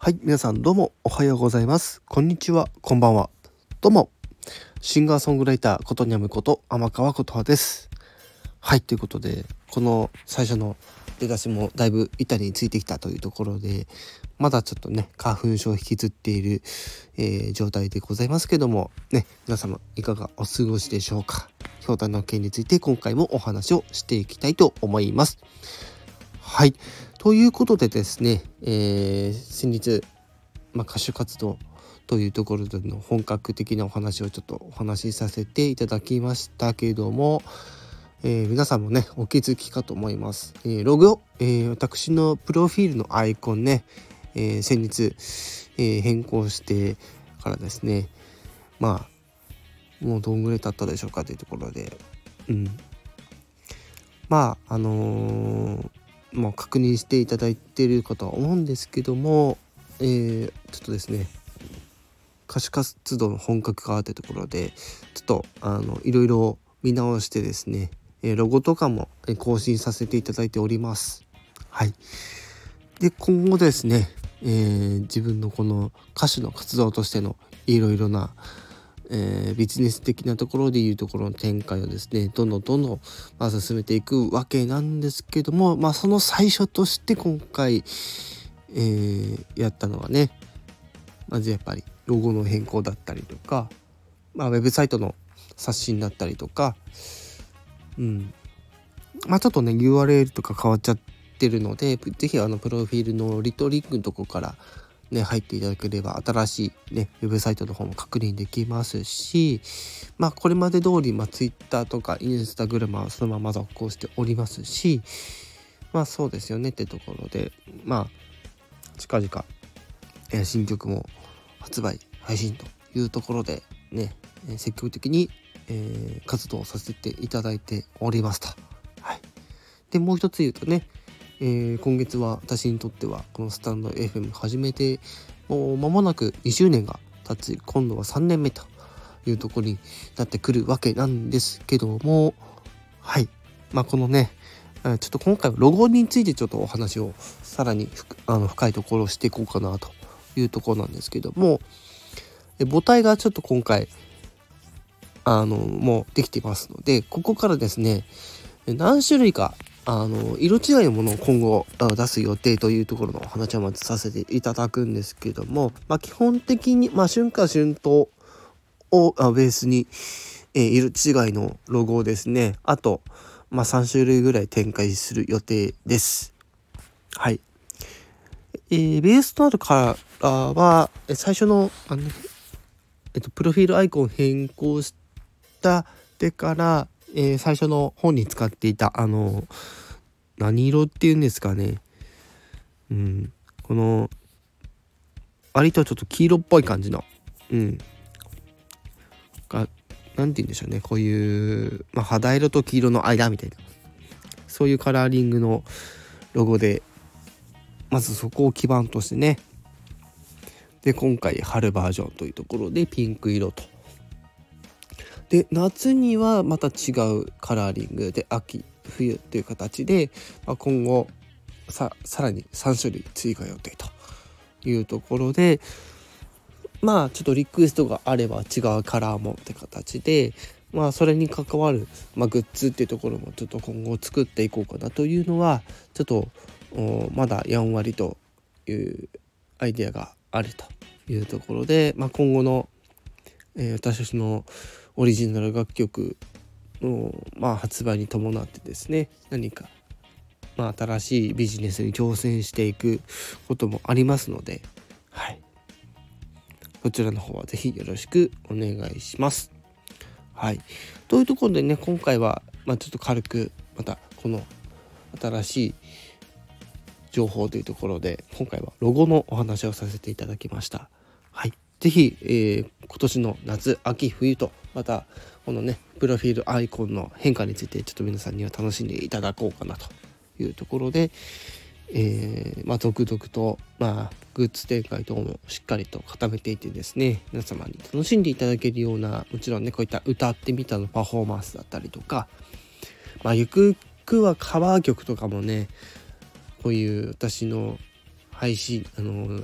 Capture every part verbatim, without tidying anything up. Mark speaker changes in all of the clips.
Speaker 1: はい、皆さんどうもおはようございます。こんにちは、こんばんは。どうも、シンガーソングライターことにゃむこと天川琴葉です。はい、ということで、この最初の出だしもだいぶ板についてきたというところで、まだちょっとね、花粉症を引きずっている、えー、状態でございますけども、ね、皆様いかがお過ごしでしょうか。ひょうたんの件について今回もお話をしていきたいと思います。はい。ということでですね、えー、先日、まあ、歌手活動というところでの本格的なお話をちょっとお話しさせていただきましたけども、えー、皆さんもねお気づきかと思います。えー、ロゴ、えー、私のプロフィールのアイコンね、えー、先日、えー、変更してからですね、まあもうどんぐらい経ったでしょうかというところで、うん、まああのーもう確認していただいているかとは思うんですけども、えー、ちょっとですね歌手活動の本格化というところでちょっとあのいろいろ見直してですね、えー、ロゴとかも更新させていただいております。はい。で今後ですね、えー、自分のこの歌手の活動としてのいろいろなえー、ビジネス的なところでいうところの展開をですねどんどんどんどん、まあ、進めていくわけなんですけども、まあ、その最初として今回、えー、やったのはねまずやっぱりロゴの変更だったりとか、まあ、ウェブサイトの刷新だったりとか、うんまあ、ちょっとね ユーアールエル とか変わっちゃってるのでぜひあのプロフィールのリトリックのとこからね、入っていただければ新しい、ね、ウェブサイトの方も確認できますし、まあこれまで通り、まあ、Twitter とか Instagram はそのまま続行しておりますし、まあそうですよねってところで、まあ近々、えー、新曲も発売配信というところでね、えー、積極的に、えー、活動させていただいておりますと。はい。でもう一つ言うとね、えー、今月は私にとってはこのスタンド エフエム 始めてもう間もなくにじゅうねんが経つ今度はさんねんめというところになってくるわけなんですけども、はいまあこのねちょっと今回はロゴについてちょっとお話をさらにあの深いところをしていこうかなというところなんですけども、母体がちょっと今回あのもうできていますので、ここからですね何種類かあの色違いのものを今後出す予定というところのお話をまずさせていただくんですけども、まあ、基本的に、まあ、春夏春冬をベースに、えー、色違いのロゴをですねあと、まあ、さん種類ぐらい展開する予定です。はい、えー、ベースとなるカラーは最初のあの、えっと、プロフィールアイコン変更したでからえー、最初の本に使っていたあの何色っていうんですかね、うん、この割とちょっと黄色っぽい感じの、うん、がなんて言うんでしょうね、こういう、まあ、肌色と黄色の間みたいなそういうカラーリングのロゴでまずそこを基盤としてね、で今回春バージョンというところでピンク色と、で夏にはまた違うカラーリングで秋冬という形で、まあ、今後 さ, さらにさん種類追加予定というところで、まあちょっとリクエストがあれば違うカラーもって形で、まあそれに関わる、まあ、グッズっていうところもちょっと今後作っていこうかなというのはちょっとまだやんわりというアイデアがあるというところで、まあ、今後の、えー、私たちのオリジナル楽曲の、まあ、発売に伴ってですね何か、まあ、新しいビジネスに挑戦していくこともありますので、はい、こちらの方はぜひよろしくお願いします。はい、というところでね今回は、まあ、ちょっと軽くまたこの新しい情報というところで今回はロゴのお話をさせていただきました。はい、ぜひ、えー、今年の夏秋冬とまたこのねプロフィールアイコンの変化についてちょっと皆さんには楽しんでいただこうかなというところで、えー、まあ続々とまあグッズ展開等もしっかりと固めていてですね皆様に楽しんでいただけるような、もちろんねこういった歌ってみたのパフォーマンスだったりとか、まあゆくゆくはカバー曲とかもねこういう私の配信あの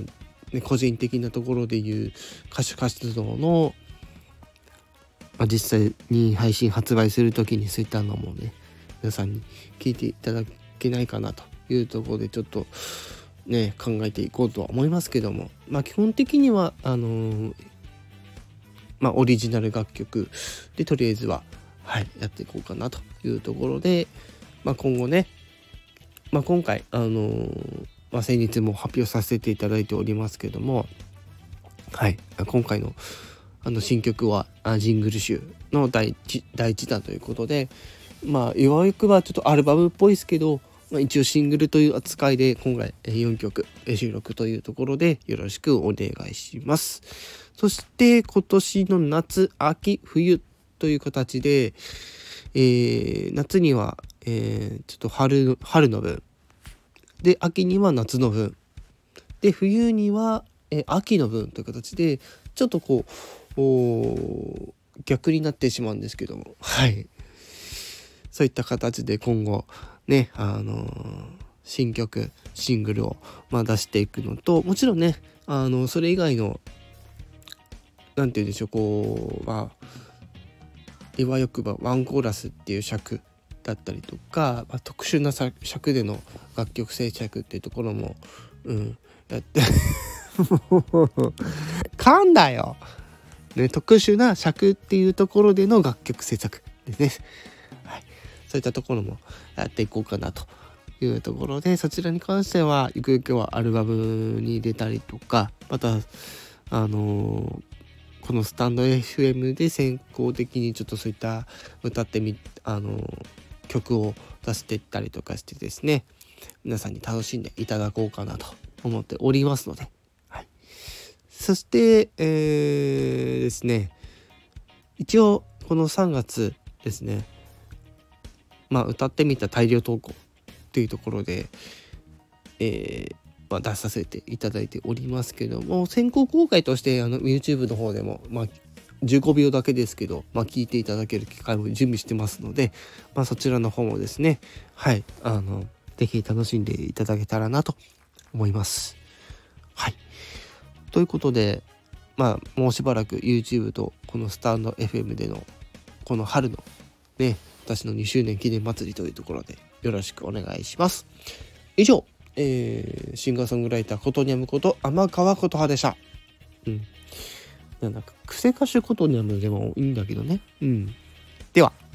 Speaker 1: ね、個人的なところでいう歌手活動の、まあ、実際に配信発売するときにそういったのもね皆さんに聞いていただけないかなというところでちょっとね考えていこうとは思いますけども、まあ基本的にはあのー、まあオリジナル楽曲でとりあえずははいやっていこうかなというところで、まあ今後ね、まあ今回あのー、まあ先日も発表させていただいておりますけども、はい今回のあの新曲はジングル集の第一第一弾ということで、まあいわゆくはちょっとアルバムっぽいですけど、まあ、一応シングルという扱いで今回よんきょく収録というところでよろしくお願いします。そして今年の夏秋冬という形で、えー、夏には、えー、ちょっと春春の分で、秋には夏の分で、冬には、えー、秋の分という形でちょっとこうお逆になってしまうんですけども、はいそういった形で今後ねあのー、新曲シングルを、まあ、出していくのと、もちろんねあのそれ以外のなんて言うんでしょうこうまあいわゆくばワンコーラスっていう尺だったりとか、まあ、特殊な尺での楽曲制作っていうところも、うん、やって噛んだよ、ね、特殊な尺っていうところでの楽曲制作ですね、はい、そういったところもやっていこうかなというところで、そちらに関してはゆくゆくはアルバムに出たりとか、またあのーこのスタンド エフエム で先行的にちょっとそういった歌ってみあの曲を出していったりとかしてですね、皆さんに楽しんでいただこうかなと思っておりますので、はい、そして、えー、ですね一応このさんがつですね、まあ歌ってみた大量投稿というところで、えーまあ、出させていただいておりますけども、先行公開としてあの YouTube の方でも、まあ、じゅうごびょうだけですけど、まあ、聞いていただける機会も準備してますので、まあ、そちらの方もですねはいあのぜひ楽しんでいただけたらなと思います。はいということで、まあもうしばらく YouTube とこのスタンド エフエム でのこの春のね私のにしゅうねん記念祭りというところでよろしくお願いします。以上えー、シンガーソングライターことにゃむこと天川琴葉でした。うん。なんか癖歌手ことにゃむでもいいんだけどね。うん。では。